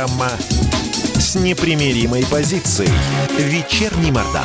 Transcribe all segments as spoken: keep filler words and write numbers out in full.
Программа с непримиримой позицией. Вечерний Мардан.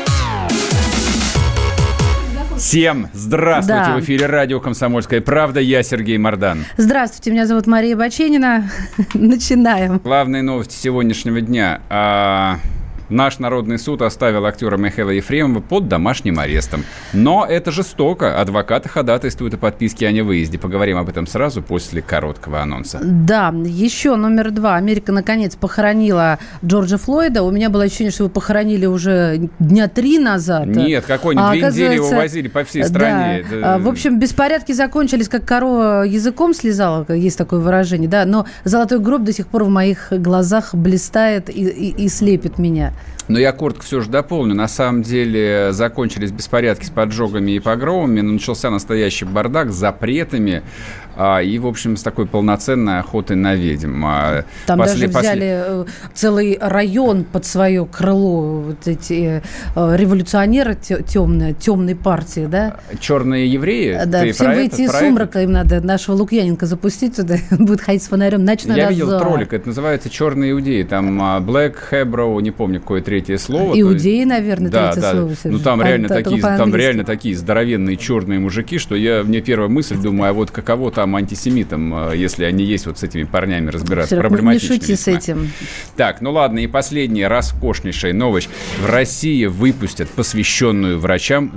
Всем здравствуйте! Да. В эфире радио «Комсомольская правда». Я Сергей Мардан. Здравствуйте, меня зовут Мария Баченина. Начинаем. Главные новости сегодняшнего дня. А... Наш Народный суд оставил актера Михаила Ефремова под домашним арестом. Но это жестоко. Адвокаты ходатайствуют о подписке о невыезде. Поговорим об этом сразу после короткого анонса. Да, еще номер два. Америка, наконец, похоронила Джорджа Флойда. У меня было ощущение, что его похоронили уже дня три назад. Нет, какой-нибудь. А, две недели его возили по всей стране. Да. Это... В общем, беспорядки закончились, как корова языком слезала, есть такое выражение. Да? Но золотой гроб до сих пор в моих глазах блистает и, и, и слепит меня. Но я коротко все же дополню. На самом деле закончились беспорядки с поджогами и погромами, но начался настоящий бардак с запретами а, и, в общем, с такой полноценной охотой на ведьм. А, Там после, даже взяли после... целый район под свое крыло, вот эти революционеры темные, темной партии, да? Черные евреи? Да, Ты всем выйти из сумрака, им надо нашего Лукьяненко запустить туда, будет ходить с фонарем, ночной Я дозор. видел ролик, это называется «Черные иудеи», там Black Hebrew, не помню, какое третье слово. Иудеи, есть... наверное, да, третье да. слово. Ну, там реально, такие, там реально такие здоровенные черные мужики, что я, мне первая мысль, думаю, а вот каково там антисемитам, если они есть, вот с этими парнями разбираться. Все, проблематично. Не шути весьма. с этим. Так, ну ладно, и последняя роскошнейшая новость. В России выпустят посвященную врачам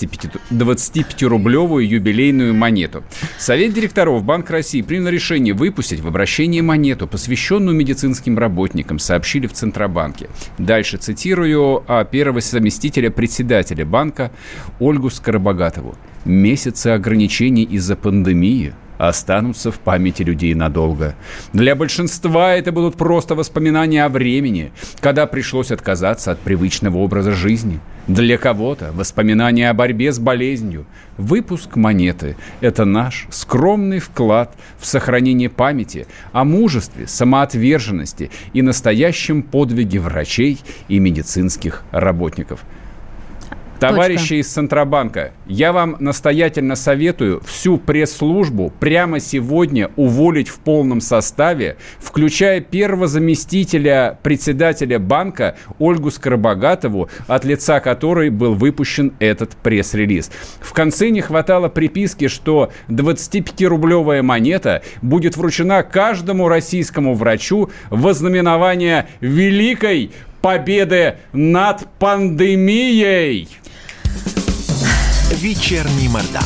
двадцатипятирублевую юбилейную монету. Совет директоров Банка России принял решение выпустить в обращение монету, посвященную медицинским работникам, сообщили в Центробанке. Дальше цитирую первого заместителя председателя банка Ольгу Скоробогатову. «Месяцы ограничений из-за пандемии останутся в памяти людей надолго. Для большинства это будут просто воспоминания о времени, когда пришлось отказаться от привычного образа жизни. Для кого-то воспоминания о борьбе с болезнью. Выпуск монеты – это наш скромный вклад в сохранение памяти о мужестве, самоотверженности и настоящем подвиге врачей и медицинских работников». Товарищи Точка. Из Центробанка, я вам настоятельно советую всю пресс-службу прямо сегодня уволить в полном составе, включая первого заместителя председателя банка Ольгу Скоробогатову, от лица которой был выпущен этот пресс-релиз. В конце не хватало приписки, что двадцатипятирублевая монета будет вручена каждому российскому врачу в ознаменование великой победы над пандемией. Вечерний Мардан.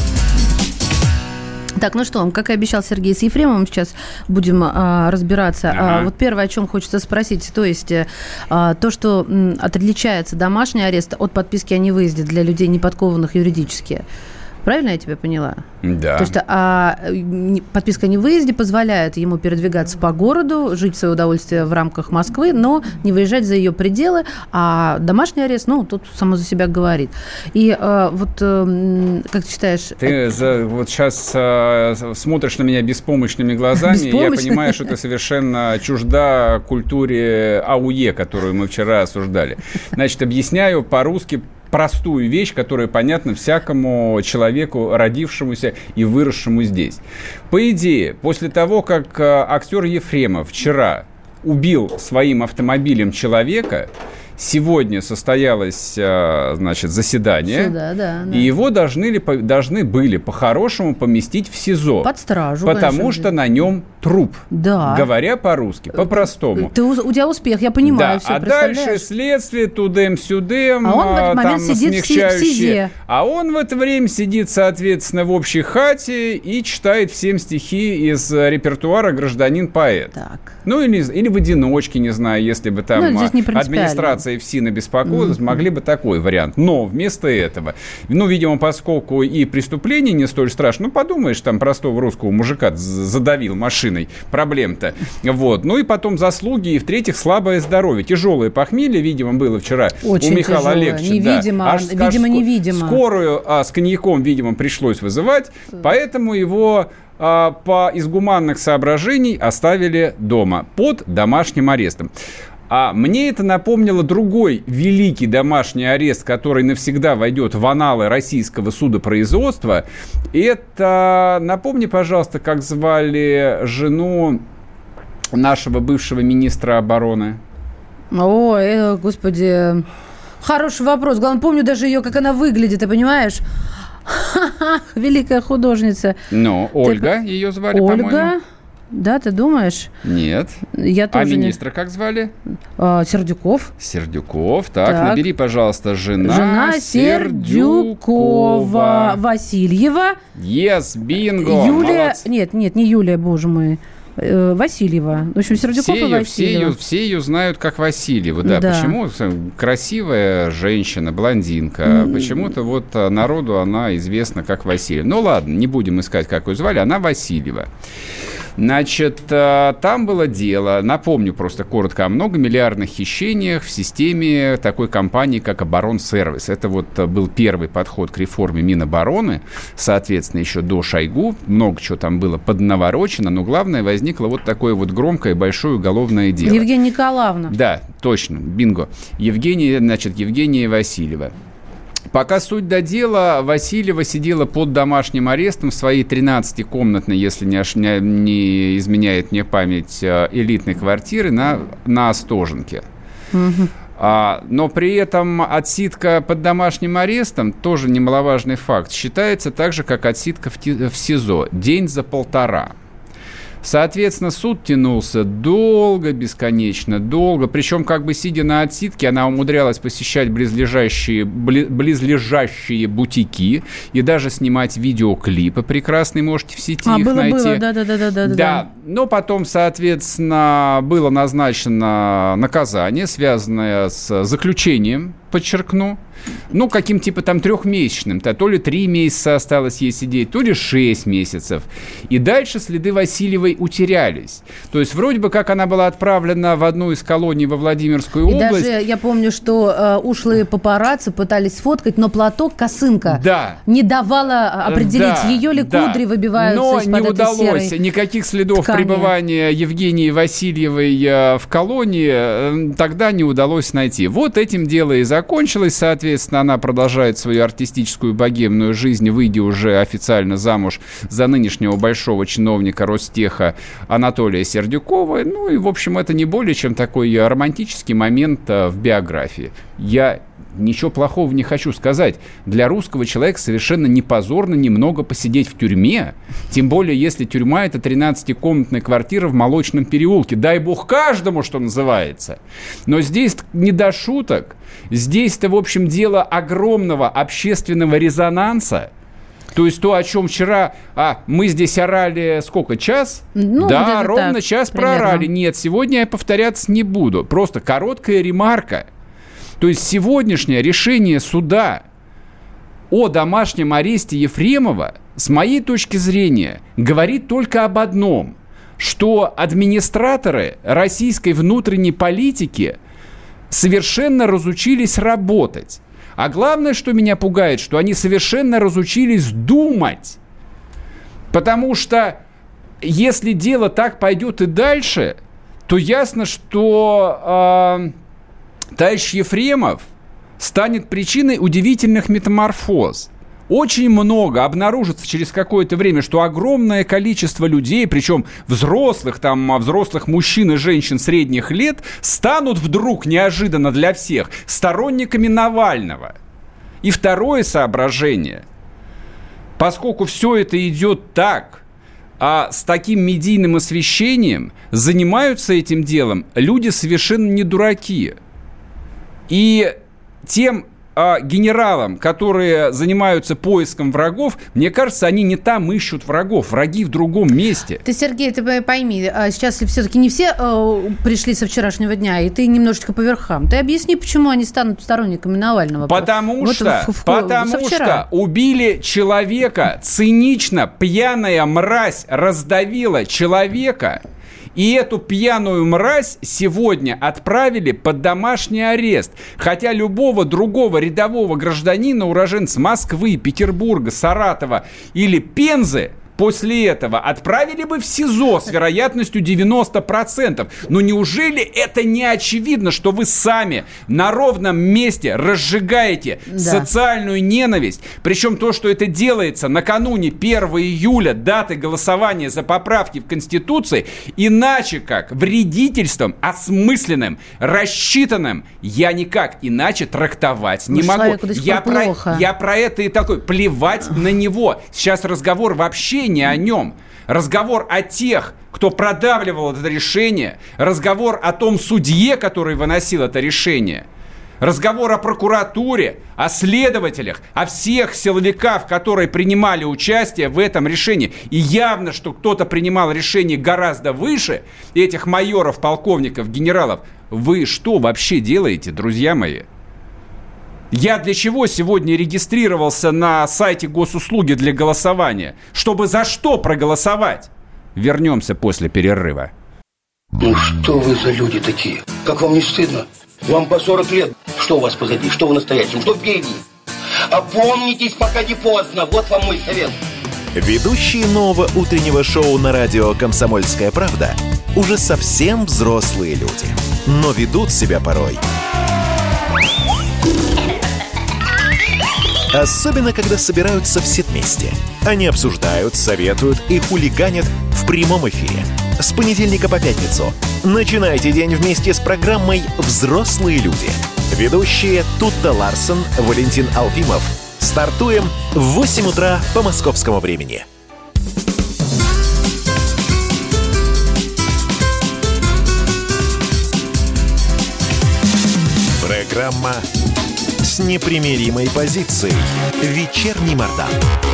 Так, ну что, как и обещал Сергей с Ефремовым, сейчас будем а, разбираться. Ага. А, вот первое, о чем хочется спросить, то есть а, то, что м, отличается домашний арест от подписки о невыезде для людей, не подкованных юридически. Правильно я тебя поняла? Да. То есть а, подписка о невыезде позволяет ему передвигаться по городу, жить в свое удовольствие в рамках Москвы, но не выезжать за ее пределы, а домашний арест, ну, тут само за себя говорит. И а, вот, а, как ты считаешь... Ты за, вот сейчас а, смотришь на меня беспомощными глазами, и я понимаю, что ты совершенно чужда культуре АУЕ, которую мы вчера осуждали. Значит, объясняю по-русски простую вещь, которая понятна всякому человеку, родившемуся и выросшему здесь. По идее, после того, как актер Ефремов вчера убил своим автомобилем человека, сегодня состоялось, значит, заседание, Суда, да, да. и его должны, ли, должны были по-хорошему поместить в СИЗО. Под стражу, потому конечно, что на нем труп. Да. Говоря по-русски, по-простому. Ты, у тебя успех, я понимаю. Да, все, а дальше следствие тудем-сюдем. А он в этот момент сидит в СИЗе. А он в это время сидит, соответственно, в общей хате и читает всем стихи из репертуара «Гражданин-поэт». Так. Ну, или, или в одиночке, не знаю, если бы там ну, администрация ФСИНа беспокоилась, mm-hmm. могли бы такой вариант. Но вместо этого, ну, видимо, поскольку и преступление не столь страшно, ну, подумаешь, там простого русского мужика задавил машиной, проблем-то. Вот. Ну, и потом заслуги, и, в-третьих, слабое здоровье. Тяжелое похмелье, видимо, было вчера очень у Михаила тяжелое. Олеговича. Невидимо, да. Аж, видимо, аж невидимо. Скорую а, с коньяком, видимо, пришлось вызывать, поэтому его... по из гуманных соображений оставили дома под домашним арестом. А мне это напомнило другой великий домашний арест, который навсегда войдет в аналы российского судопроизводства. Это, напомни, пожалуйста, как звали жену нашего бывшего министра обороны? Ой, э, господи, хороший вопрос. Главное, помню даже ее, как она выглядит, ты понимаешь? Великая художница. Ну, Ольга ты... ее звали, Ольга? По-моему. Да, ты думаешь? Нет. Я тоже а министра не... как звали? А, Сердюков. Сердюков. Так, так, набери, пожалуйста, жена, жена Сердюкова. Васильева. Yes, бинго. Юлия... Молодцы. Нет, нет, не Юлия, боже мой. Васильева. В общем, Сердюков все и ее, Васильева. Все ее, все ее знают как Васильева. Да, да. Почему? Красивая женщина, блондинка. Mm. Почему-то вот народу она известна как Васильева. Ну ладно, не будем искать, как ее звали. Она Васильева. Значит, там было дело, напомню просто коротко, о многомиллиардных хищениях в системе такой компании, как Оборонсервис. Это вот был первый подход к реформе Минобороны, соответственно, еще до Шойгу. Много чего там было поднаворочено, но главное, возникло вот такое вот громкое большое уголовное дело. Евгения Николаевна. Да, точно, бинго. Евгения, значит, Евгения Васильева. Пока суть до дела, Васильева сидела под домашним арестом в своей тринадцатикомнатной, если не, аж, не, не изменяет мне память, элитной квартиры на, на Остоженке. Угу. А, но при этом отсидка под домашним арестом, тоже немаловажный факт, считается так же, как отсидка в, в СИЗО. День за полтора. Соответственно, суд тянулся долго, бесконечно долго. Причем, как бы сидя на отсидке, она умудрялась посещать близлежащие, бли, близлежащие бутики и даже снимать видеоклипы прекрасные, можете в сети а, их было, найти. Было, да, да, да, да, да. Да, но потом, соответственно, было назначено наказание, связанное с заключением, подчеркну, ну, каким типа там трехмесячным, то, то ли три месяца осталось ей сидеть, то ли шесть месяцев. И дальше следы Васильевой утерялись. То есть вроде бы как она была отправлена в одну из колоний во Владимирскую и область. И даже я помню, что э, ушлые папарацци пытались сфоткать, но платок, косынка да. не давала определить, да, ее ли да. кудри выбиваются но из-под не этой удалось серой никаких следов ткани. Пребывания Евгении Васильевой в колонии тогда не удалось найти. Вот этим дело и закончилось. Соответственно, она продолжает свою артистическую богемную жизнь, выйдя уже официально замуж за нынешнего большого чиновника Ростеха Анатолия Сердюкова. Ну и, в общем, это не более чем такой романтический момент в биографии. Я ничего плохого не хочу сказать. Для русского человека совершенно не позорно немного посидеть в тюрьме. Тем более, если тюрьма – это тринадцатикомнатная квартира в Молочном переулке. Дай бог каждому, что называется. Но здесь не до шуток. Здесь-то, в общем, дело огромного общественного резонанса. То есть то, о чем вчера а, мы здесь орали сколько, час? Ну, да, ровно так, час примерно. проорали. Нет, сегодня я повторяться не буду. Просто короткая ремарка. То есть сегодняшнее решение суда о домашнем аресте Ефремова, с моей точки зрения, говорит только об одном, что администраторы российской внутренней политики совершенно разучились работать. А главное, что меня пугает, что они совершенно разучились думать. Потому что если дело так пойдет и дальше, то ясно, что э, товарищ Ефремов станет причиной удивительных метаморфоз. Очень много обнаружится через какое-то время, что огромное количество людей, причем взрослых, там, взрослых мужчин и женщин средних лет, станут вдруг неожиданно для всех сторонниками Навального. И второе соображение. Поскольку все это идет так, а с таким медийным освещением занимаются этим делом люди совершенно не дураки. И тем а, генералам, которые занимаются поиском врагов, мне кажется, они не там ищут врагов, враги в другом месте. Ты, Сергей, ты пойми, сейчас все-таки не все э, пришли со вчерашнего дня, и ты немножечко по верхам. Ты объясни, почему они станут сторонниками Навального. Потому вот что, в, в, потому что убили человека, цинично пьяная мразь раздавила человека. И эту пьяную мразь сегодня отправили под домашний арест. Хотя любого другого рядового гражданина, уроженца Москвы, Петербурга, Саратова или Пензы, после этого отправили бы в СИЗО с вероятностью девяносто процентов. Но неужели это не очевидно, что вы сами на ровном месте разжигаете да. социальную ненависть? Причем то, что это делается накануне первого июля, даты голосования за поправки в Конституции, иначе как вредительством, осмысленным, рассчитанным, я никак иначе трактовать не могу. Я про, я про это и такой, плевать на него. Сейчас разговор вообще не о нем. Разговор о тех, кто продавливал это решение. Разговор о том судье, который выносил это решение. Разговор о прокуратуре, о следователях, о всех силовиках, которые принимали участие в этом решении. И явно, что кто-то принимал решение гораздо выше этих майоров, полковников, генералов. Вы что вообще делаете, друзья мои? Я для чего сегодня регистрировался на сайте госуслуги для голосования? Чтобы за что проголосовать? Вернемся после перерыва. Ну что вы за люди такие? Как вам не стыдно? Вам по сорок лет. Что у вас позади? Что в настоящем? Что впереди? Опомнитесь, пока не поздно. Вот вам мой совет. Ведущие нового утреннего шоу на радио «Комсомольская правда» уже совсем взрослые люди. Но ведут себя порой. Особенно, когда собираются все вместе. Они обсуждают, советуют и хулиганят в прямом эфире. С понедельника по пятницу. Начинайте день вместе с программой «Взрослые люди». Ведущие Тутта Ларсон, Валентин Алфимов. Стартуем в восемь утра по московскому времени. Программа с непримиримой позицией. Вечерний Мордан.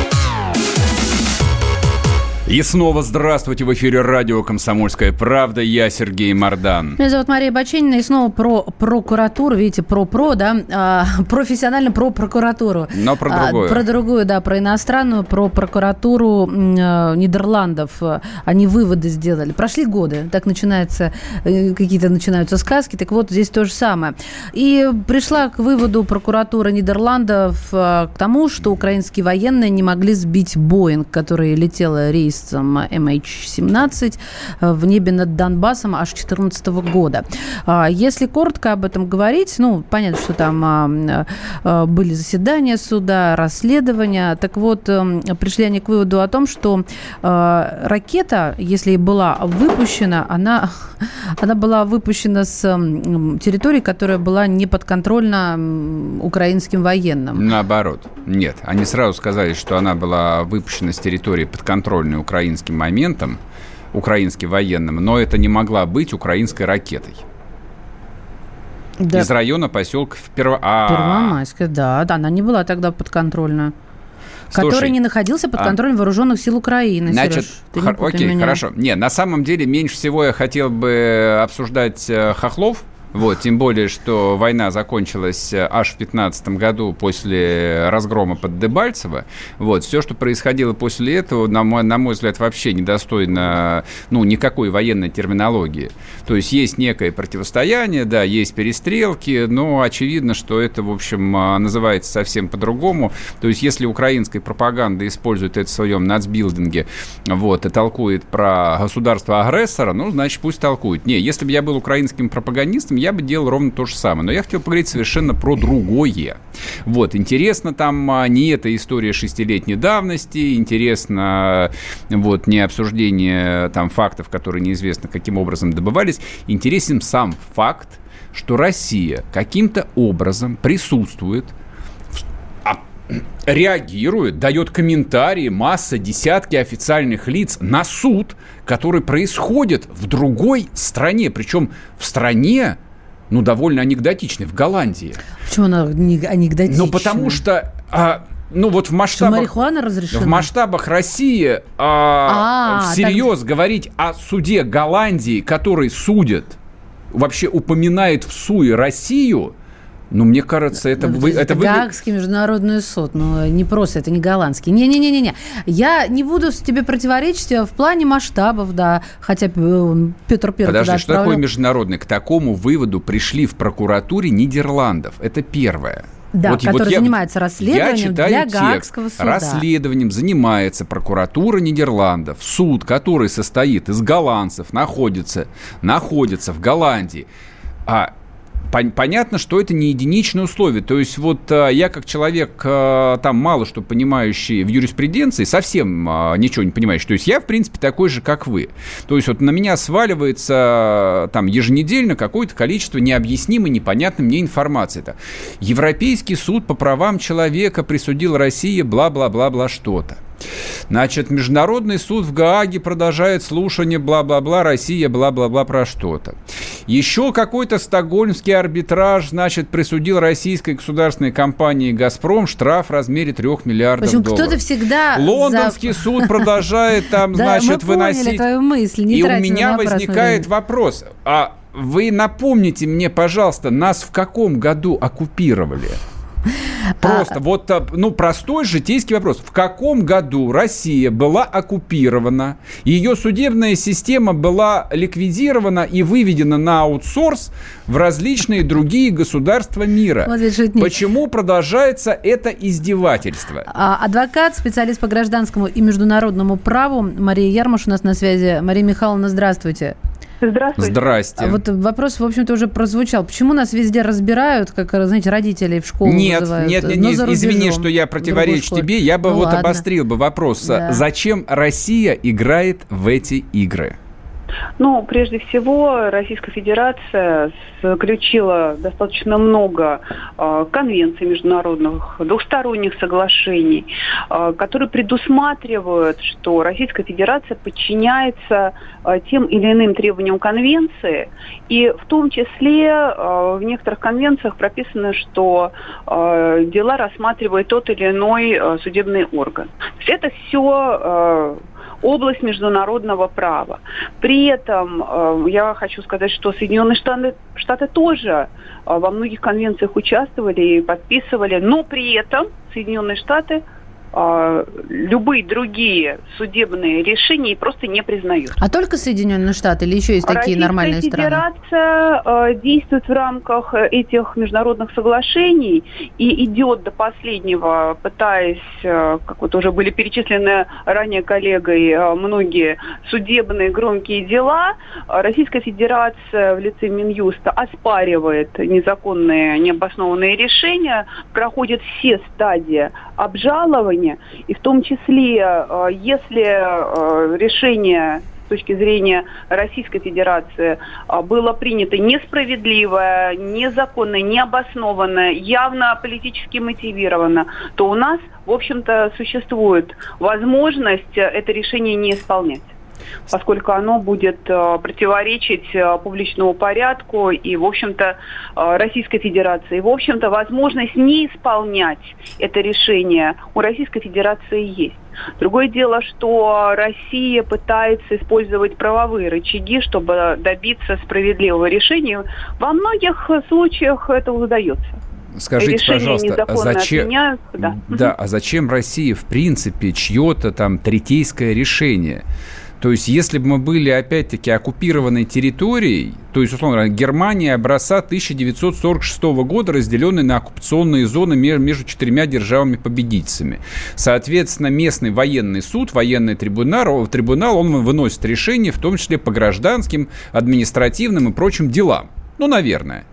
И снова здравствуйте, в эфире радио «Комсомольская правда». Я Сергей Мордан. Меня зовут Мария Баченина. И снова про прокуратуру. Видите, про-про, да? А, профессионально про прокуратуру. Но про другую. А, про другую, да, про иностранную, про прокуратуру а, Нидерландов. Они выводы сделали. Прошли годы. Так начинается, какие-то начинаются сказки. Так вот, здесь то же самое. И пришла к выводу прокуратура Нидерландов а, к тому, что украинские военные не могли сбить Боинг, который летел рейс эм эйч семнадцать в небе над Донбассом аж две тысячи четырнадцатого года. Если коротко об этом говорить, ну, понятно, что там были заседания суда, расследования. Так вот, пришли они к выводу о том, что ракета, если и была выпущена, она, она была выпущена с территории, которая была не подконтрольна украинским военным. Наоборот. Нет. Они сразу сказали, что она была выпущена с территории подконтрольной украинским моментом, украинским военным, но это не могла быть украинской ракетой. Да. Из района поселка Перво... а... Первомайская, да, да, она не была тогда подконтрольна. Слушай, который не находился под контролем а... вооруженных сил Украины. Значит, Сереж, х... окей, меня. Хорошо. Не, на самом деле меньше всего я хотел бы обсуждать хохлов. Вот, тем более, что война закончилась аж в пятнадцатом году после разгрома под Дебальцево. Вот, все, что происходило после этого, на мой, на мой взгляд, вообще недостойно, ну, никакой военной терминологии. То есть есть некое противостояние, да, есть перестрелки, но очевидно, что это, в общем, называется совсем по-другому. То есть если украинская пропаганда использует это в своем нацбилдинге, вот, и толкует про государство-агрессора, ну, значит, пусть толкует. Не, если бы я был украинским пропагандистом, я бы делал ровно то же самое. Но я хотел поговорить совершенно про другое. Вот, интересно там не эта история шестилетней давности, интересно вот не обсуждение там фактов, которые неизвестно каким образом добывались. Интересен сам факт, что Россия каким-то образом присутствует, реагирует, дает комментарии, масса, десятки официальных лиц на суд, который происходит в другой стране, причем в стране, ну, довольно анекдотичной, в Голландии. Почему она анекдотичная? Ну, потому что... А, ну, вот в масштабах... Марихуана разрешена? В масштабах России а, а, всерьез так... говорить о суде Голландии, который судит, вообще упоминает в суе Россию... Ну, мне кажется, это... Ну, вы, это Гаагский вы... международный суд, но не просто, это не голландский. Не-не-не-не. Я не буду тебе противоречить в плане масштабов, да, хотя Петр Первый... Подожди, что такое международный? К такому выводу пришли в прокуратуре Нидерландов. Это первое. Да, вот, который вот я, занимается расследованием для Гаагского суда. Расследованием занимается прокуратура Нидерландов. Суд, который состоит из голландцев, находится, находится в Голландии. А понятно, что это не единичные условия. То есть вот я как человек там мало что понимающий в юриспруденции, совсем ничего не понимающий. То есть я, в принципе, такой же, как вы. То есть вот на меня сваливается там еженедельно какое-то количество необъяснимой, непонятной мне информации. Европейский суд по правам человека присудил России бла-бла-бла-бла что-то. Значит, Международный суд в Гааге продолжает слушание бла-бла-бла, Россия бла-бла-бла про что-то. Еще какой-то стокгольмский арбитраж, значит, присудил российской государственной компании «Газпром» штраф в размере трех миллиардов долларов. долларов. Кто-то всегда... Лондонский суд продолжает там, значит, выносить... Да, мы поняли твою мысль, не И трать у меня на возникает вопрос. А вы напомните мне, пожалуйста, нас в каком году оккупировали? Просто а... вот, ну, простой житейский вопрос. В каком году Россия была оккупирована, ее судебная система была ликвидирована и выведена на аутсорс в различные другие государства мира? Вот почему продолжается это издевательство? А, адвокат, специалист по гражданскому и международному праву Мария Ярмуш у нас на связи. Мария Михайловна, здравствуйте. Здравствуйте. Здрасте. Вот вопрос, в общем-то, уже прозвучал. Почему нас везде разбирают, как, знаете, родителей в школу нет, вызывают? Нет, нет, нет, извини, что я противоречу тебе. Я бы ну, вот ладно. обострил бы вопрос. Да. Зачем Россия играет в эти игры? Ну, прежде всего, Российская Федерация заключила достаточно много э, конвенций международных, двухсторонних соглашений, э, которые предусматривают, что Российская Федерация подчиняется э, тем или иным требованиям конвенции, и в том числе э, в некоторых конвенциях прописано, что э, дела рассматривает тот или иной э, судебный орган. То есть это все... Э, область международного права. При этом э, я хочу сказать, что Соединенные Штаты, Штаты тоже э, во многих конвенциях участвовали и подписывали, но при этом Соединенные Штаты э, любые другие судебные решения просто не признают. А только Соединенные Штаты или еще есть такие Российская нормальные страны? Российская Федерация э, действует в рамках этих международных соглашений и идет до последнего, пытаясь, э, как вот уже были перечислены ранее коллегой, э, многие судебные громкие дела. Российская Федерация в лице Минюста оспаривает незаконные, необоснованные решения, проходит все стадии обжалования, и в том числе, если решение с точки зрения Российской Федерации было принято несправедливое, незаконное, необоснованное, явно политически мотивировано, то у нас, в общем-то, существует возможность это решение не исполнять, поскольку оно будет э, противоречить э, публичному порядку и, в общем-то, э, Российской Федерации. И, в общем-то, возможность не исполнять это решение у Российской Федерации есть. Другое дело, что Россия пытается использовать правовые рычаги, чтобы добиться справедливого решения. Во многих случаях это удается. Скажите, решения пожалуйста, а зачем, да. Да, а зачем России, в принципе, чье-то там третейское решение? То есть, если бы мы были, опять-таки, оккупированной территорией, то есть, условно говоря, Германия образца тысяча девятьсот сорок шестого года, разделенной на оккупационные зоны между четырьмя державами-победительцами. Соответственно, местный военный суд, военный трибунал, трибунал, он выносит решения, в том числе по гражданским, административным и прочим делам. Ну, наверное.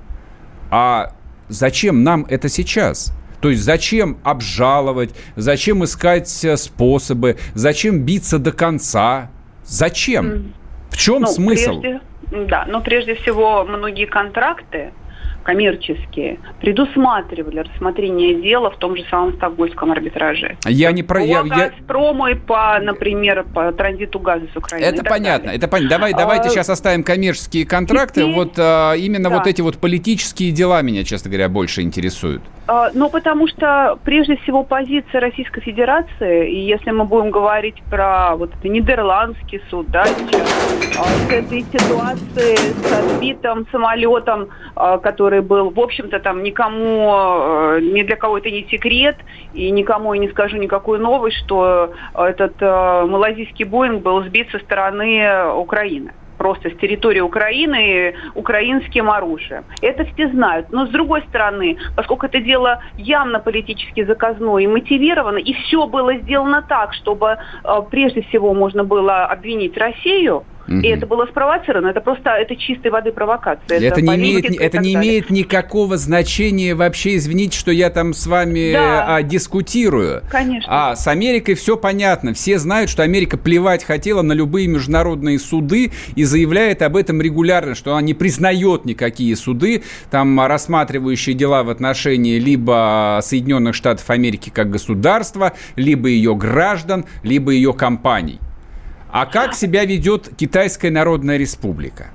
А зачем нам это сейчас? То есть зачем обжаловать, зачем искать способы, зачем биться до конца? Зачем? В чем ну, смысл? Прежде, да, но прежде всего многие контракты коммерческие предусматривали рассмотрение дела в том же самом стокгольмском арбитраже. Я не про... По я, «Газпрому» и по, например, по транзиту газа с Украины. Это понятно, это понятно. Давай, давайте а, сейчас оставим коммерческие контракты. Теперь, вот а, именно да. вот эти вот политические дела меня, честно говоря, больше интересуют. А, ну, потому что, прежде всего, позиция Российской Федерации, и если мы будем говорить про вот это Нидерландский суд, да, сейчас, а, с этой ситуацией, с отбитым самолетом, а, который был, в общем-то, там никому, ни для кого это не секрет, и никому я не скажу никакую новость, что этот э, малазийский Боинг был сбит со стороны Украины. просто с территории Украины украинским оружием. Это все знают. Но, с другой стороны, поскольку это дело явно политически заказное и мотивировано, и все было сделано так, чтобы прежде всего можно было обвинить Россию, и это было спровоцировано. Это просто это чистой воды провокация. Это, это, не, имеет, это не имеет никакого значения вообще, извините, что я там с вами да. а, дискутирую. Конечно. А с Америкой все понятно. Все знают, что Америка плевать хотела на любые международные суды и заявляет об этом регулярно, что она не признает никакие суды, там, рассматривающие дела в отношении либо Соединенных Штатов Америки как государства, либо ее граждан, либо ее компаний. А как себя ведет Китайская Народная Республика?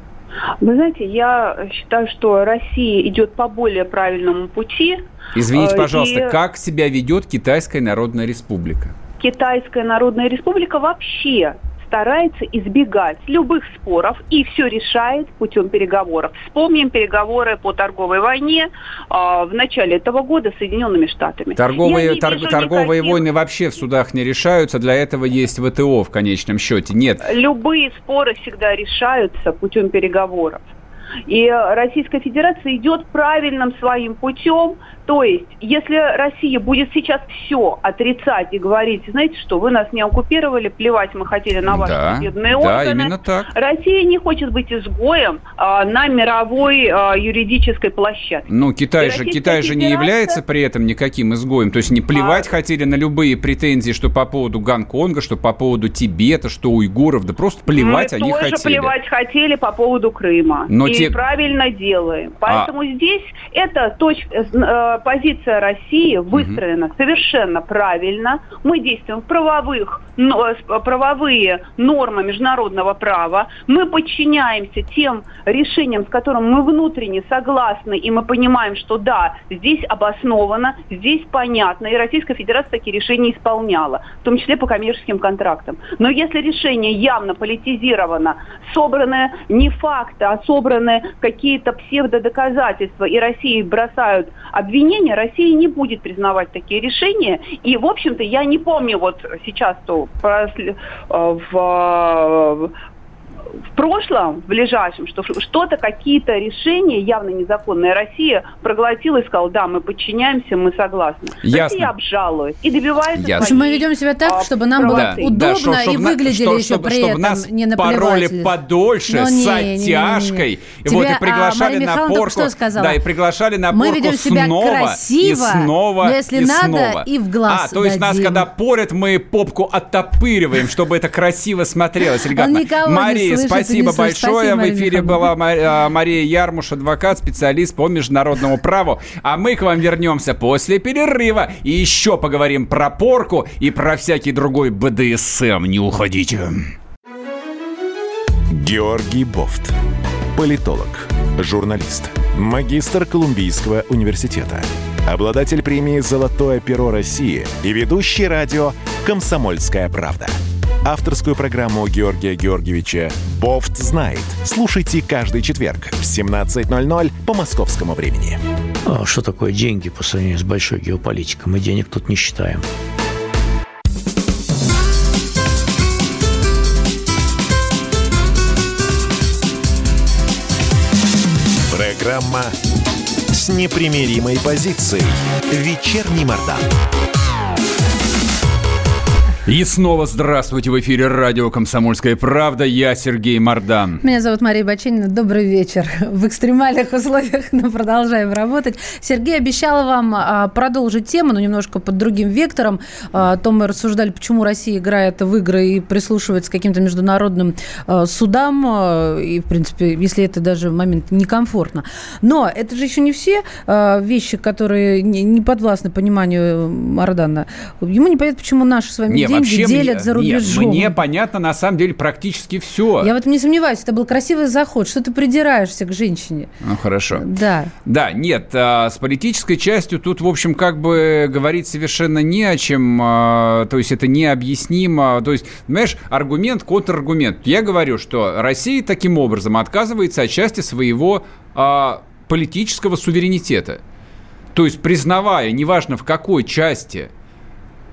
Вы знаете, я считаю, что Россия идет по более правильному пути. Извините, пожалуйста, и... как себя ведет Китайская Народная Республика? Китайская Народная Республика вообще старается избегать любых споров и все решает путем переговоров. Вспомним переговоры по торговой войне а, в начале этого года с Соединенными Штатами. Торговые, тор, торговые никаких... войны вообще в судах не решаются, для этого есть ВТО в конечном счете. Нет. Любые споры всегда решаются путем переговоров. И Российская Федерация идет правильным своим путем. То есть, если Россия будет сейчас все отрицать и говорить, знаете что, вы нас не оккупировали, плевать мы хотели на ваши да, судебные да, органы. Именно так. Россия не хочет быть изгоем а, на мировой а, юридической площадке. Ну, Китай же, Китай же не является при этом никаким изгоем. То есть, не плевать а... хотели на любые претензии, что по поводу Гонконга, что по поводу Тибета, что уйгуров. Да просто плевать мы они хотели. Мы тоже плевать хотели по поводу Крыма. Но и те... правильно делаем. Поэтому а... здесь это точка... Позиция России выстроена угу. совершенно правильно. Мы действуем в правовых, правовые нормы международного права. Мы подчиняемся тем решениям, с которыми мы внутренне согласны, и мы понимаем, что да, здесь обосновано, здесь понятно, и Российская Федерация такие решения исполняла, в том числе по коммерческим контрактам. Но если решение явно политизировано, собраны не факты, а собраны какие-то псевдодоказательства, и России бросают обвинения, Россия не будет признавать такие решения. И, в общем-то, я не помню вот сейчас-то в... в прошлом, в ближайшем, что что-то, какие-то решения явно незаконные Россия проглотила и сказала, да, мы подчиняемся, мы согласны. Ясно. Россия обжалует и добивается Ясно. Своей, мы ведем себя так, чтобы нам было да, удобно да, что, и выглядели что, еще чтобы, при чтобы этом нас не пароли подольше, но с оттяжкой. И вот и приглашали а, на порку. Да, и приглашали на мы порку снова красиво, и снова, но если и надо, снова. И в глаз А, то есть дадим. Нас, когда порят, мы попку оттопыриваем, чтобы это красиво смотрелось. Ребята, Мария, спасибо большое. Спасибо, в эфире была Мария Ярмуш, адвокат, специалист по международному праву. А мы к вам вернемся после перерыва и еще поговорим про порку и про всякий другой бэ дэ эс эм. Не уходите. Георгий Бофт. Политолог, журналист, магистр Колумбийского университета, обладатель премии «Золотое перо России» и ведущий радио «Комсомольская правда». Авторскую программу Георгия Георгиевича «Бофт знает». Слушайте каждый четверг в семнадцать ноль ноль по московскому времени. А что такое деньги по сравнению с большой геополитикой? Мы денег тут не считаем. Программа с непримиримой позицией. Вечерний Мордан. И снова здравствуйте, в эфире радио «Комсомольская правда». Я Сергей Мордан. Меня зовут Мария Баченина. Добрый вечер. В экстремальных условиях, но продолжаем работать. Сергей обещал вам а, продолжить тему, но немножко под другим вектором. А, то мы рассуждали, почему Россия играет в игры и прислушивается к каким-то международным а, судам. А, и, в принципе, если это даже в момент некомфортно. Но это же еще не все а, вещи, которые не, не подвластны пониманию Мордана. Ему не понятно, почему наши с вами не, деньги вообще делят мне, за рубежом. Нет, мне понятно, на самом деле, практически все. Я в этом не сомневаюсь. Это был красивый заход. Что ты придираешься к женщине? Ну, хорошо. Да. Да, нет, а, с политической частью тут, в общем, как бы говорить совершенно не о чем. А, то есть это необъяснимо. То есть, понимаешь, аргумент, контраргумент. Я говорю, что Россия таким образом отказывается от части своего а, политического суверенитета. То есть признавая, неважно в какой части,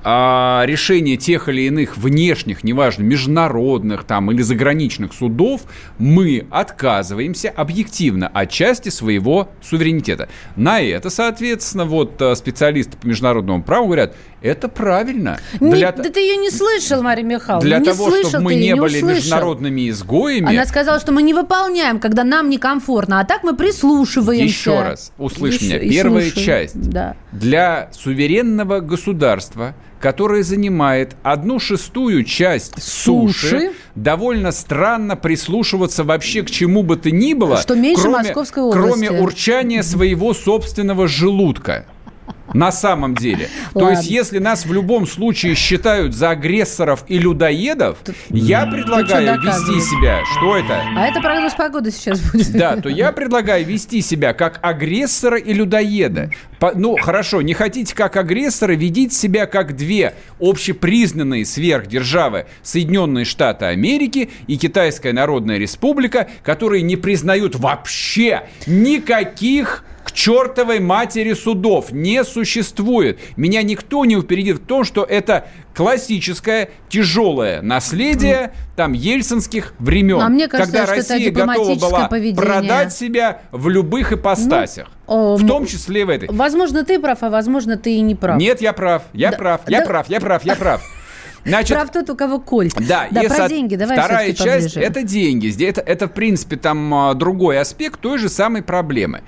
а, решения тех или иных внешних, неважно, международных там, или заграничных судов, мы отказываемся объективно от части своего суверенитета. На это, соответственно, вот специалисты по международному праву говорят, это правильно. Не, для... Да ты ее не слышал, Мария Михайловна. Для не того, слышал, чтобы мы не, не не были услышал. международными изгоями... Она сказала, что мы не выполняем, когда нам некомфортно, а так мы прислушиваемся. Еще раз, услышь Еще, меня. Первая слушаю. часть. Да. Для суверенного государства, которое занимает одну шестую часть суши, Суши. довольно странно прислушиваться вообще к чему бы то ни было, Что меньше кроме, Московской области. кроме урчания своего собственного желудка. На самом деле. То есть, если нас в любом случае считают за агрессоров и людоедов, Тут... я предлагаю вести себя... Что это? А это прогноз погоды сейчас будет. Да, то я предлагаю вести себя как агрессора и людоеда. По, ну, хорошо, не хотите как агрессора, ведите себя как две общепризнанные сверхдержавы Соединенные Штаты Америки и Китайская Народная Республика, которые не признают вообще никаких... К чертовой матери судов не существует. Меня никто не упередит в том, что это классическое тяжелое наследие там ельцинских времен, а мне кажется, когда Россия готова была поведение. продать себя в любых ипостасях, ну, в том числе в этой. Возможно, ты прав, а возможно, ты и не прав. Нет, я прав, я да, прав, я да. прав, я прав, я прав. Значит, прав тот, у кого кольт. Да, да и про со... деньги давай вторая часть – поближе. это деньги. Здесь это, это, в принципе, там а, другой аспект той же самой проблемы.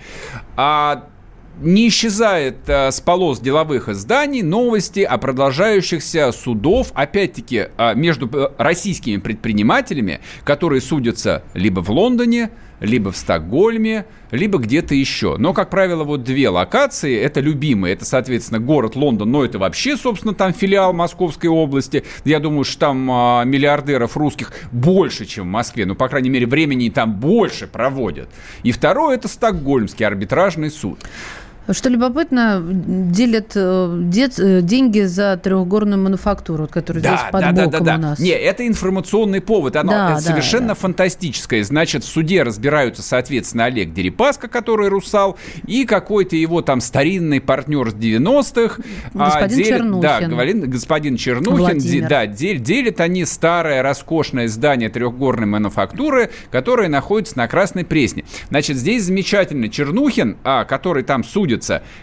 А, не исчезает а, с полос деловых изданий новости о продолжающихся судов, опять-таки, а, между российскими предпринимателями, которые судятся либо в Лондоне, либо в Стокгольме, либо где-то еще. Но, как правило, вот две локации, это любимые. Это, соответственно, город Лондон, но это вообще, собственно, там филиал Московской области. Я думаю, что там а, миллиардеров русских больше, чем в Москве. Ну, по крайней мере, времени там больше проводят. И второе, это Стокгольмский арбитражный суд. Что любопытно, делят дет, деньги за трехгорную мануфактуру, которая да, здесь под да, боком да, да, да. у нас. Не, это информационный повод. Оно да, это да, совершенно да. фантастическое. Значит, в суде разбираются, соответственно, Олег Дерипаска, который русал, и какой-то его там старинный партнер с девяностых. Господин а, делит, Чернухин. Да, говорит, господин Чернухин. Де, да, дел, делят они старое роскошное здание трехгорной мануфактуры, которое находится на Красной Пресне. Значит, здесь замечательно. Чернухин, а, который там судит,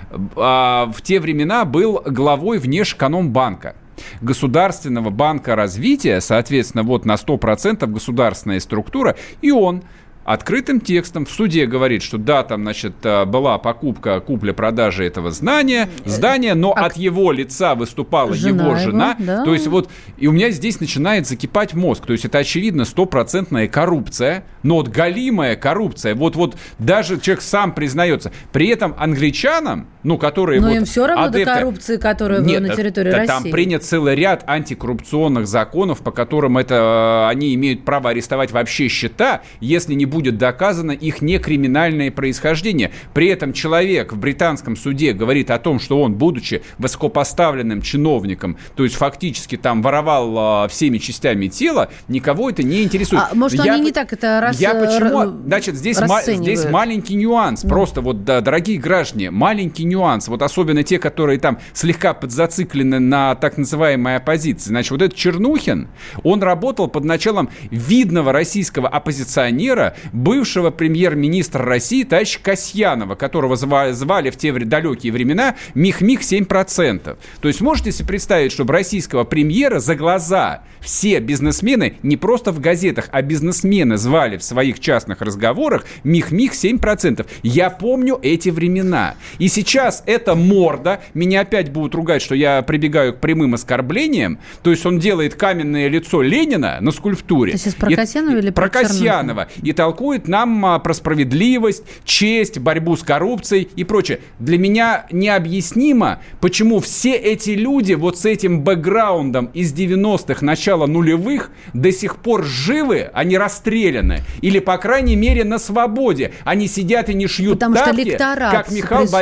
в те времена был главой Внешэкономбанка, Государственного банка развития, соответственно, вот на сто процентов государственная структура, и он открытым текстом в суде говорит, что да, там, значит, была покупка, купля-продажа этого здания, здания, но а от его лица выступала жена его жена. Его, да. То есть вот, и у меня здесь начинает закипать мозг. То есть это, очевидно, стопроцентная коррупция, но вот галимая коррупция. Вот-вот даже человек сам признается. При этом англичанам, ну, которые... Но вот им все равно адепты... до коррупции, которая Нет, на территории да, России. Там принят целый ряд антикоррупционных законов, по которым это, они имеют право арестовать вообще счета, если не будет доказано их некриминальное происхождение. При этом человек в британском суде говорит о том, что он, будучи высокопоставленным чиновником, то есть фактически там воровал а, всеми частями тела, никого это не интересует. А, может, я, они не так это рас... Я почему... Значит, здесь, ма... здесь маленький нюанс. Ну. Просто вот, да, дорогие граждане, маленький нюанс. Вот особенно те, которые там слегка подзациклены на так называемой оппозиции. Значит, вот этот Чернухин, он работал под началом видного российского оппозиционера, бывшего премьер-министра России товарища Касьянова, которого звали, звали в те далекие времена Мих-Мих семь процентов. То есть можете себе представить, чтобы российского премьера за глаза все бизнесмены, не просто в газетах, а бизнесмены звали в своих частных разговорах Мих-Мих семь процентов. Я помню эти времена. И сейчас эта морда, меня опять будут ругать, что я прибегаю к прямым оскорблениям, то есть он делает каменное лицо Ленина на скульптуре. Ты сейчас про и, Касьянова или про Про Касьянова. И толкует нам а, про справедливость, честь, борьбу с коррупцией и прочее. Для меня необъяснимо, почему все эти люди вот с этим бэкграундом из девяностых, начала нулевых до сих пор живы, они расстреляны. Или, по крайней мере, на свободе. Они сидят и не шьют Потому тапки, что как Михаил Борисович Ходорковский.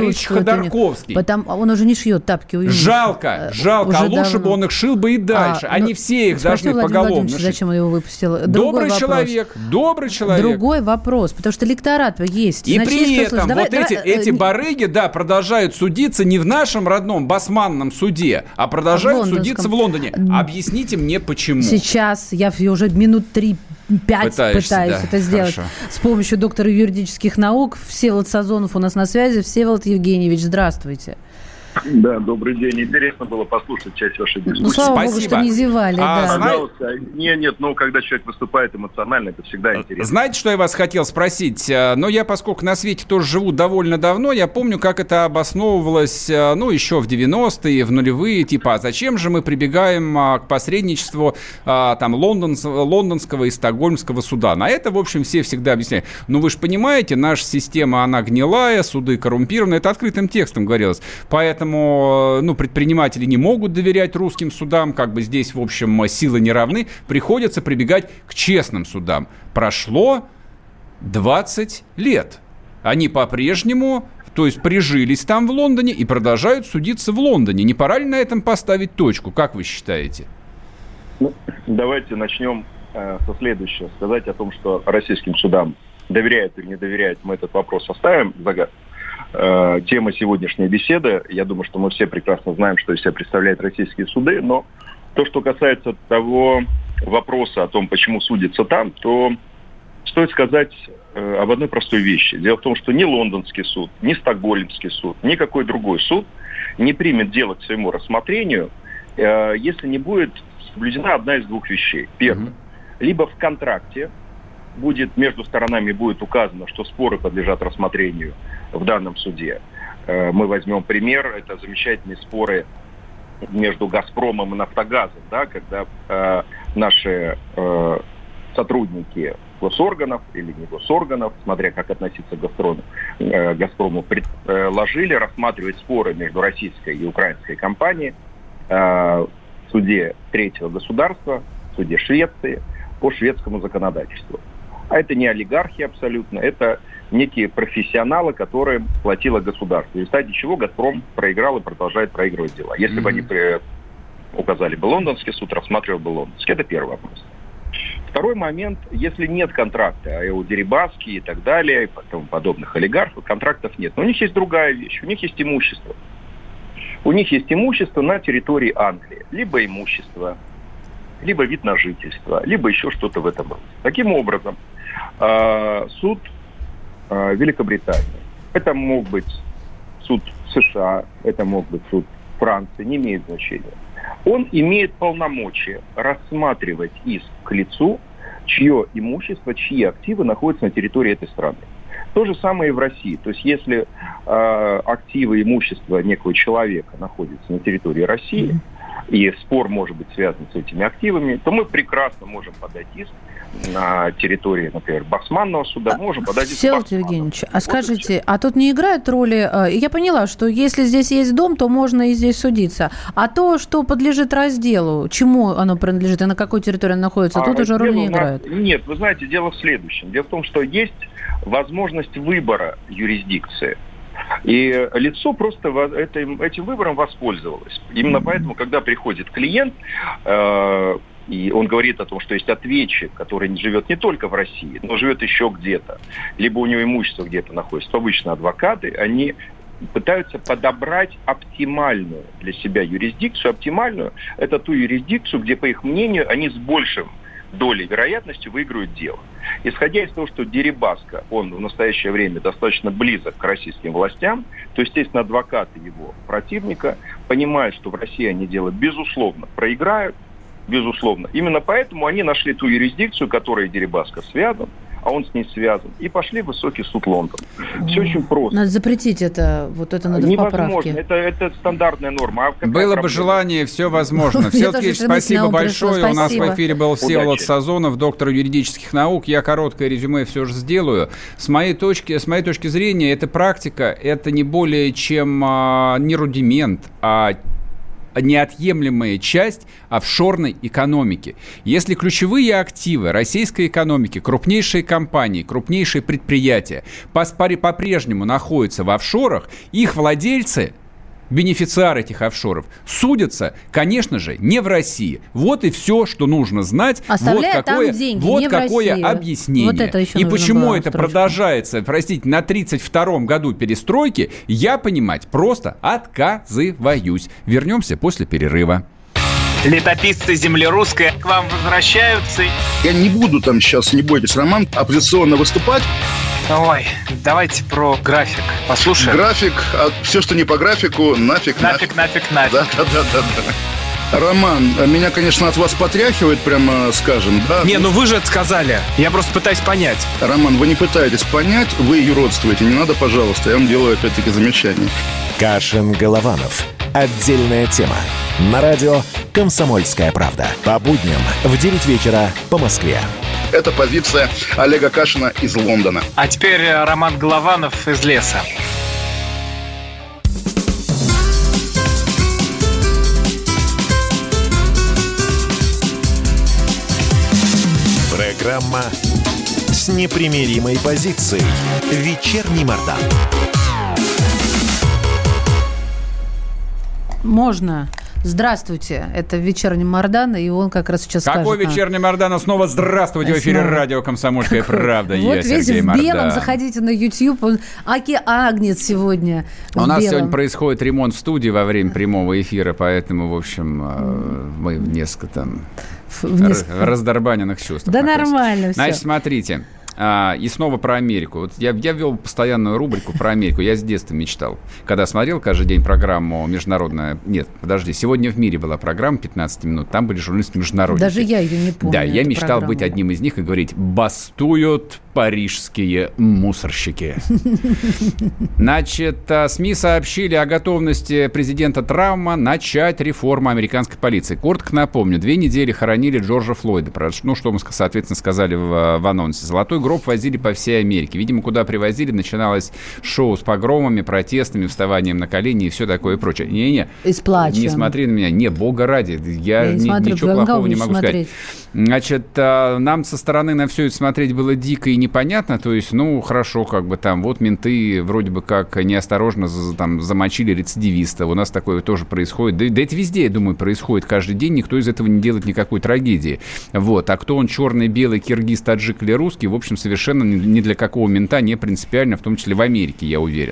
Ходорковский. Потому, он уже не шьет тапки. У жалко, жалко. А лучше давно. бы он их шил бы и дальше. А, Они все их должны поголовно шить. Зачем он его выпустил? Другой добрый вопрос. человек, добрый человек. Другой вопрос, потому что электорат есть. И Значит, при есть этом давай, вот давай, эти, давай, эти барыги, да, продолжают судиться не в нашем родном басманном суде, а продолжают в судиться в Лондоне. Объясните мне, почему. Сейчас я уже минут три Пять Пытаешься, пытаюсь да, это сделать хорошо. С помощью доктора юридических наук. Всеволод Сазонов у нас на связи. Всеволод Евгеньевич, здравствуйте. Да, добрый день. Интересно было послушать часть вашей дискуссии. Ну, слава Спасибо. богу, что не зевали. А, да. Пожалуйста. Нет, нет, ну, когда человек выступает эмоционально, это всегда интересно. Знаете, что я вас хотел спросить? Но я, поскольку на свете тоже живу довольно давно, я помню, как это обосновывалось, ну, еще в девяностые, в нулевые, типа, а зачем же мы прибегаем к посредничеству там лондон, лондонского и стокгольмского суда? На это, в общем, все всегда объясняют. Ну, вы же понимаете, наша система, она гнилая, суды коррумпированы, это открытым текстом говорилось. Поэтому... Ну, предприниматели не могут доверять русским судам, как бы здесь, в общем, силы не равны, приходится прибегать к честным судам. Прошло двадцать лет. Они по-прежнему, то есть прижились там в Лондоне и продолжают судиться в Лондоне. Не пора ли на этом поставить точку, как вы считаете? Ну, давайте начнем э, со следующего. Сказать о том, что российским судам доверяют или не доверяют, мы этот вопрос оставим загадкой. Тема сегодняшней беседы, я думаю, что мы все прекрасно знаем, что из себя представляют российские суды, но то, что касается того вопроса о том, почему судится там, то стоит сказать э, об одной простой вещи. Дело в том, что ни лондонский суд, ни стокгольмский суд, никакой другой суд не примет дело к своему рассмотрению, э, если не будет соблюдена одна из двух вещей. Первое. Либо в контракте будет, между сторонами будет указано, что споры подлежат рассмотрению в данном суде. Мы возьмем пример, это замечательные споры между «Газпромом» и «Нафтогазом», да, когда э, наши э, сотрудники госорганов или не госорганов, смотря как относиться к «Газпрому», э, «Газпрому» предложили рассматривать споры между российской и украинской компанией э, в суде третьего государства, в суде Швеции, по шведскому законодательству. А это не олигархи абсолютно, это некие профессионалы, которые платило государство. В результате чего «Газпром» проиграл и продолжает проигрывать дела. Если mm-hmm. бы они при... указали бы лондонский суд, рассматривал бы лондонский. Это первый вопрос. Второй момент, если нет контракта, а у Дерибаски и так далее, и тому подобных олигархов, контрактов нет. Но у них есть другая вещь, у них есть имущество. У них есть имущество на территории Англии. Либо имущество, либо вид на жительство, либо еще что-то в этом роде. Таким образом, суд Великобритании, это мог быть суд США, это мог быть суд Франции, не имеет значения. Он имеет полномочия рассматривать иск к лицу, чье имущество, чьи активы находятся на территории этой страны. То же самое и в России. То есть если э, активы, имущество некого человека находятся на территории России, mm-hmm. и спор может быть связан с этими активами, то мы прекрасно можем подать иск на территории, например, Басманного суда, мы можем подать иск. Всеволод Евгеньевич, а скажите, а тут не играет роли... Я поняла, что если здесь есть дом, то можно и здесь судиться. А то, что подлежит разделу, чему оно принадлежит и на какой территории оно находится, а тут уже роль не играет? Нет, вы знаете, дело в следующем. Дело в том, что есть возможность выбора юрисдикции. И лицо просто этим, этим выбором воспользовалось. Именно поэтому, когда приходит клиент, э, и он говорит о том, что есть ответчик, который живет не только в России, но живет еще где-то, либо у него имущество где-то находится, то обычно адвокаты, они пытаются подобрать оптимальную для себя юрисдикцию. Оптимальную – это ту юрисдикцию, где, по их мнению, они с большим долей вероятности выиграют дело. Исходя из того, что Дерибаска, он в настоящее время достаточно близок к российским властям, то, естественно, адвокаты его противника понимают, что в России они дело, безусловно, проиграют, безусловно. Именно поэтому они нашли ту юрисдикцию, которой Дерибаска связан, а он с ней связан, и пошли в высокий суд Лондона. Все очень просто. Надо запретить это, вот это надо в поправке. Невозможно, это, это стандартная норма. А Было бы желание, все возможно. Всеволод Ильич, спасибо большое. У нас в эфире был Всеволод Сазонов, доктор юридических наук. Я короткое резюме все же сделаю. С моей точки, с моей точки зрения, эта практика, это не более чем а, не рудимент, а неотъемлемая часть офшорной экономики. Если ключевые активы российской экономики, крупнейшие компании, крупнейшие предприятия по-прежнему находятся в офшорах, их владельцы, бенефициары этих офшоров, судятся, конечно же, не в России. Вот и все, что нужно знать. Оставляя вот какое, там деньги, вот не в какое Россию. объяснение. Вот это еще и почему это строчку. продолжается, простите, на тридцать втором году перестройки, я понимать просто отказываюсь. Вернемся после перерыва. Летописцы земли русской к вам возвращаются. Я не буду там сейчас, не бойтесь, Роман, оппозиционно выступать. Ой, давайте про график послушаем. График, а все, что не по графику, нафиг, нафиг. Нафиг, нафиг, нафиг. Да, да, да, да, да. Роман, меня, конечно, от вас потряхивает, прямо скажем, да? Не, ну вы же это сказали. Я просто пытаюсь понять. Роман, вы не пытаетесь понять, вы юродствуете. Не надо, пожалуйста, я вам делаю опять-таки замечание. Кашин-Голованов. Отдельная тема. На радио «Комсомольская правда». По будням в девять вечера по Москве. Это позиция Олега Кашина из Лондона. А теперь Роман Голованов из леса. Программа с непримиримой позицией. Вечерний Мордан. Можно. Здравствуйте, это «Вечерний Мордан», и он как раз сейчас Какой скажет... «Вечерний Мордан»? Снова здравствуйте, в эфире радио «Комсомольская правда». Вот Я весь Сергей в Мордан. белом, заходите на YouTube, он Аки Агнец сегодня У нас белом. сегодня происходит ремонт в студии во время прямого эфира, поэтому, в общем, мы в несколько там в несколько... раздорбаненных чувствах. Да находимся. Нормально все. Значит, смотрите. А, и снова про Америку. Вот я, я вел постоянную рубрику про Америку. Я с детства мечтал. Когда смотрел каждый день программу международная... Нет, подожди. «Сегодня в мире» была программа пятнадцать минут. Там были журналисты-международники. Даже я ее не помню. Да, я мечтал программу. быть одним из них и говорить: «Бастуют парижские мусорщики». Значит, СМИ сообщили о готовности президента Трампа начать реформу американской полиции. Коротко напомню. Две недели хоронили Джорджа Флойда. Ну, что мы, соответственно, сказали в, в анонсе. Золотой гроб возили по всей Америке. Видимо, куда привозили, начиналось шоу с погромами, протестами, вставанием на колени и все такое прочее. Не-не, не смотри на меня. Не, бога ради. Я, я не ни, смотрю, ничего плохого не могу смотреть. сказать. Значит, нам со стороны на все это смотреть было дико и непонятно. То есть, ну, хорошо, как бы там, вот менты вроде бы как неосторожно там замочили рецидивиста. У нас такое тоже происходит. Да, да это везде, я думаю, происходит каждый день. Никто из этого не делает никакой трагедии. Вот. А кто он, черный, белый, киргиз, таджик или русский, в общем, совершенно ни для какого мента не принципиально, в том числе в Америке, я уверен.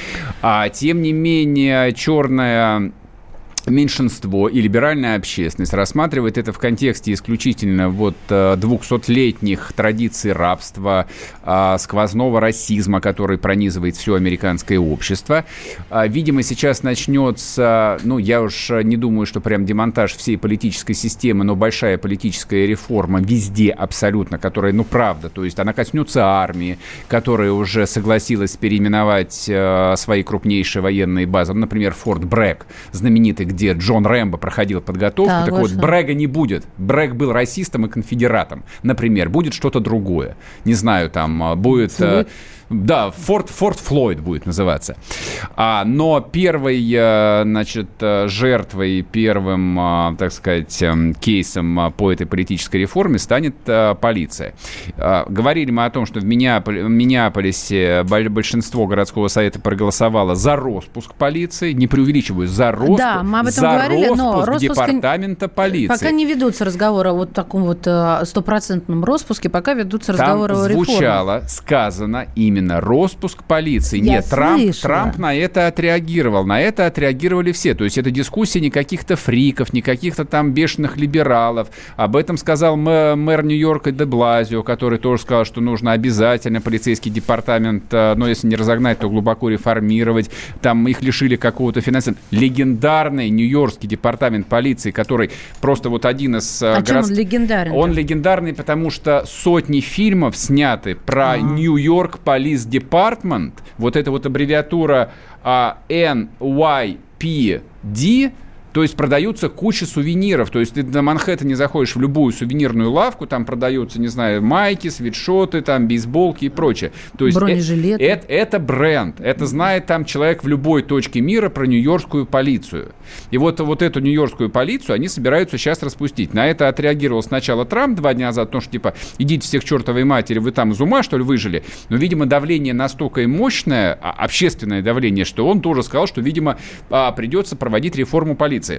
А, тем не менее, черная... меньшинство и либеральная общественность рассматривает это в контексте исключительно вот двухсотлетних традиций рабства, сквозного расизма, который пронизывает все американское общество. Видимо, сейчас начнется, ну, я уж не думаю, что прям демонтаж всей политической системы, но большая политическая реформа везде абсолютно, которая, ну, правда, то есть она коснется армии, которая уже согласилась переименовать свои крупнейшие военные базы, например, Форт Брэгг, знаменитый, где Джон Рэмбо проходил подготовку. Да, так вот, Брэга не будет. Брэгг был расистом и конфедератом. Например, будет что-то другое. Не знаю, там будет... Флойд. Да, Форт, Форт Флойд будет называться. А, но первой, значит, жертвой, первым, так сказать, кейсом по этой политической реформе станет полиция. Говорили мы о том, что в Миннеаполисе большинство городского совета проголосовало за распуск полиции. Не преувеличиваю, за распуск, да, мы об этом за говорили, распуск но распуск... департамента полиции. Пока не ведутся разговоры о вот таком вот стопроцентном распуске, пока ведутся разговоры Там о реформе. звучало, сказано именно Именно распуск полиции. Я Нет, Трамп, слышала. Трамп на это отреагировал. На это отреагировали все. То есть это дискуссия не каких-то фриков, не каких-то там бешеных либералов. Об этом сказал мэр, мэр Нью-Йорка де Блазио, который тоже сказал, что нужно обязательно полицейский департамент, но если не разогнать, то глубоко реформировать. Там их лишили какого-то финансового. Легендарный Нью-Йоркский департамент полиции, который просто вот один из... А город... чем он легендарен? Он легендарный, потому что сотни фильмов сняты про А-а-а. Нью-Йорк полицию. Police Department, вот эта вот аббревиатура а, эн уай пи ди, То есть продаются куча сувениров. То есть ты на Манхэттене заходишь в любую сувенирную лавку, там продаются, не знаю, майки, свитшоты, там бейсболки и прочее. То есть бронежилеты. Это, это бренд. Это знает там человек в любой точке мира про нью-йоркскую полицию. И вот, вот эту нью-йоркскую полицию они собираются сейчас распустить. На это отреагировал сначала Трамп два дня назад, потому что, типа, идите всех к чертовой матери, вы там из ума, что ли, выжили? Но, видимо, давление настолько мощное, общественное давление, что он тоже сказал, что, видимо, придется проводить реформу полиции.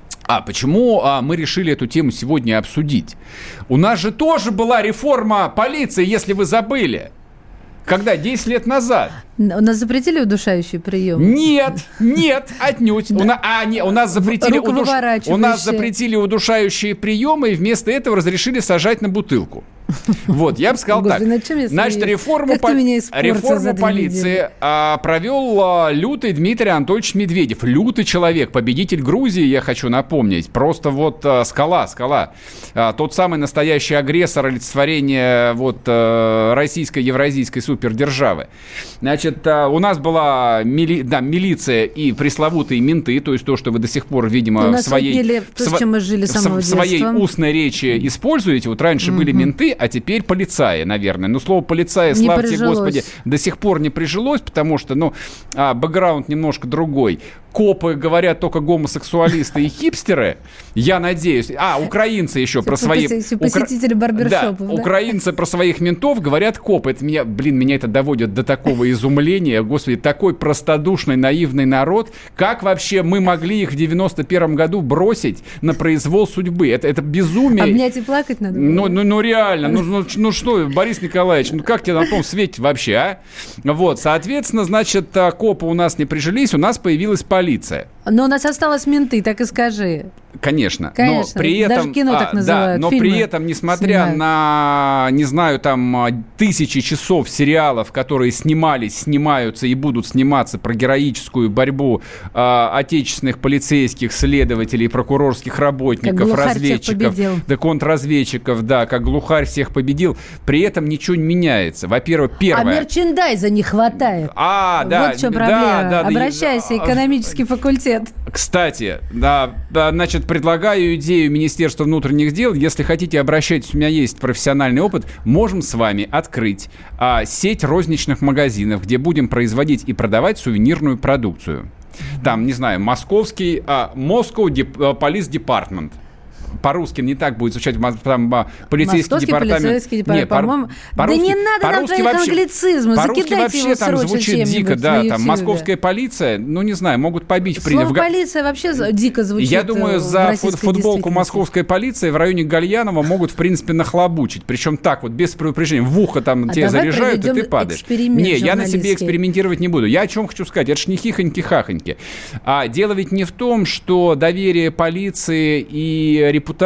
А почему а, мы решили эту тему сегодня обсудить? У нас же тоже была реформа полиции, если вы забыли. Когда? десять лет назад. У нас запретили удушающие приемы? Нет, нет, отнюдь. Да. У, на, а, не, у, нас запретили удуш... у нас запретили удушающие приемы, и вместо этого разрешили сажать на бутылку. Вот, я бы сказал так. Значит, реформу, по... реформу полиции а, провел а, лютый Дмитрий Анатольевич Медведев. Лютый человек, победитель Грузии, я хочу напомнить. Просто вот а, скала, скала. А, тот самый настоящий агрессор, олицетворение вот, а, российской, евразийской супердержавы. Значит, а, у нас была мили... да, милиция и пресловутые менты, то есть то, что вы до сих пор, видимо, в своей, то, в, чем мы жили с в своей устной речи используете. Вот раньше mm-hmm. были менты, а теперь полицаи, наверное. Но слово полицаи, славьте Господи, до сих пор не прижилось, потому что, ну, а, бэкграунд немножко другой. Копы говорят только гомосексуалисты и хипстеры, я надеюсь. А, украинцы еще про свои... Посетители барбершопов, да, да? Украинцы про своих ментов говорят копы. Это меня, блин, меня это доводит до такого изумления. Господи, такой простодушный, наивный народ. Как вообще мы могли их в девяносто первом году бросить на произвол судьбы? Это, это безумие. Обнять и плакать надо? Ну, ну, ну реально. Ну, ну, ну что, Борис Николаевич, ну как тебе на том свете вообще, а? Вот, соответственно, значит, копы у нас не прижились, у нас появилась полиция. Но у нас осталось менты, так и скажи. Конечно, Конечно. но при этом, даже кино а, так называют, да, но при этом, несмотря снимают. на, не знаю, там тысячи часов сериалов, которые снимались, снимаются и будут сниматься про героическую борьбу а, отечественных полицейских, следователей, прокурорских работников, разведчиков, да, контрразведчиков, да, как глухарь всех победил, при этом ничего не меняется. Во-первых, первое. А мерчендайза не хватает. А, да, вот в чем проблема. Да, да, Обращайся, да, экономический факультет. Кстати, да, да, значит, предлагаю идею Министерства внутренних дел. Если хотите, обращайтесь, у меня есть профессиональный опыт. Можем с вами открыть а, сеть розничных магазинов, где будем производить и продавать сувенирную продукцию. Там, не знаю, московский, а, Moscow Police Department. По-русски не так будет звучать, там полицейский Московский департамент. полицейский департамент, Не, по-моему. Да не надо нам твоих англицизмов, по-русски вообще там звучит дико, да, там московская полиция, ну не знаю, могут побить в принципе. Слово полиция вообще дико звучит. Я думаю, за футболку московской полиции в районе Гальянова могут в принципе нахлобучить, причем так вот, без предупреждения, в ухо там а тебе заряжают, и ты падаешь. Не, я на себе экспериментировать не буду. Я о чем хочу сказать, это ж не хихоньки-хахоньки. А дело ведь не в том, что доверие полиции и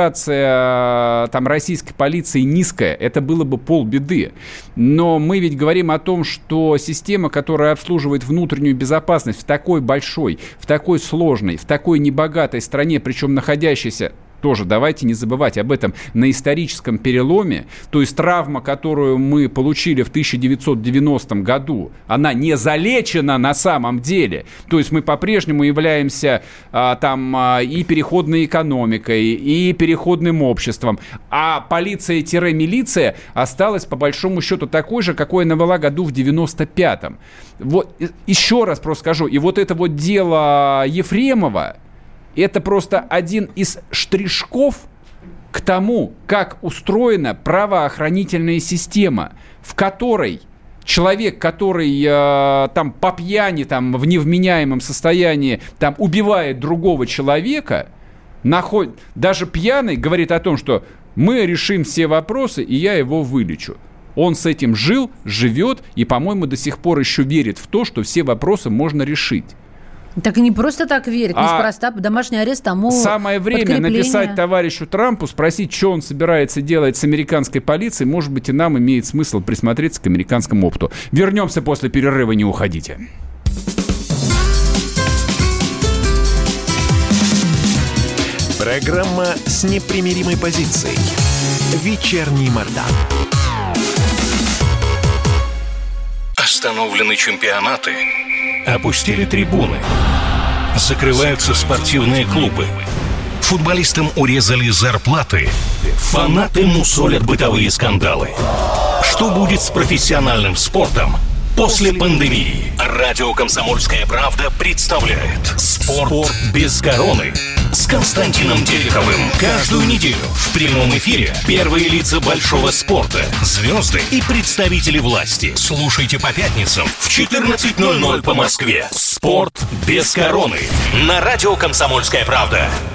репутация там российской полиции низкая, это было бы полбеды. Но мы ведь говорим о том, что система, которая обслуживает внутреннюю безопасность в такой большой, в такой сложной, в такой небогатой стране, причем находящейся, тоже давайте не забывать об этом, на историческом переломе, то есть травма, которую мы получили в тысяча девятьсот девяностом году, она не залечена на самом деле. То есть мы по-прежнему являемся а, там а, и переходной экономикой, и переходным обществом, а полиция-милиция осталась по большому счету такой же, какой она была году в девяносто пятом. Вот еще раз просто скажу, и вот это вот дело Ефремова, это просто один из штришков к тому, как устроена правоохранительная система, в которой человек, который э, там по пьяни, там, в невменяемом состоянии там, убивает другого человека, наход... даже пьяный говорит о том, что мы решим все вопросы, и я его вылечу. Он с этим жил, живет и, по-моему, до сих пор еще верит в то, что все вопросы можно решить. Так и не просто так верит, неспроста, а домашний арест тому самое время написать товарищу Трампу, спросить, что он собирается делать с американской полицией. Может быть, и нам имеет смысл присмотреться к американскому опыту. Вернемся после перерыва, не уходите. Программа с непримиримой позицией. Вечерний Мордан. Остановлены чемпионаты. Опустили трибуны. Закрываются спортивные клубы. Футболистам урезали зарплаты. Фанаты мусолят бытовые скандалы. Что будет с профессиональным спортом после пандемии? Радио «Комсомольская правда» представляет «Спорт без короны» с Константином Тереховым. Каждую неделю в прямом эфире первые лица большого спорта, звезды и представители власти. Слушайте по пятницам в четырнадцать ноль ноль по Москве. «Спорт без короны» на радио «Комсомольская правда».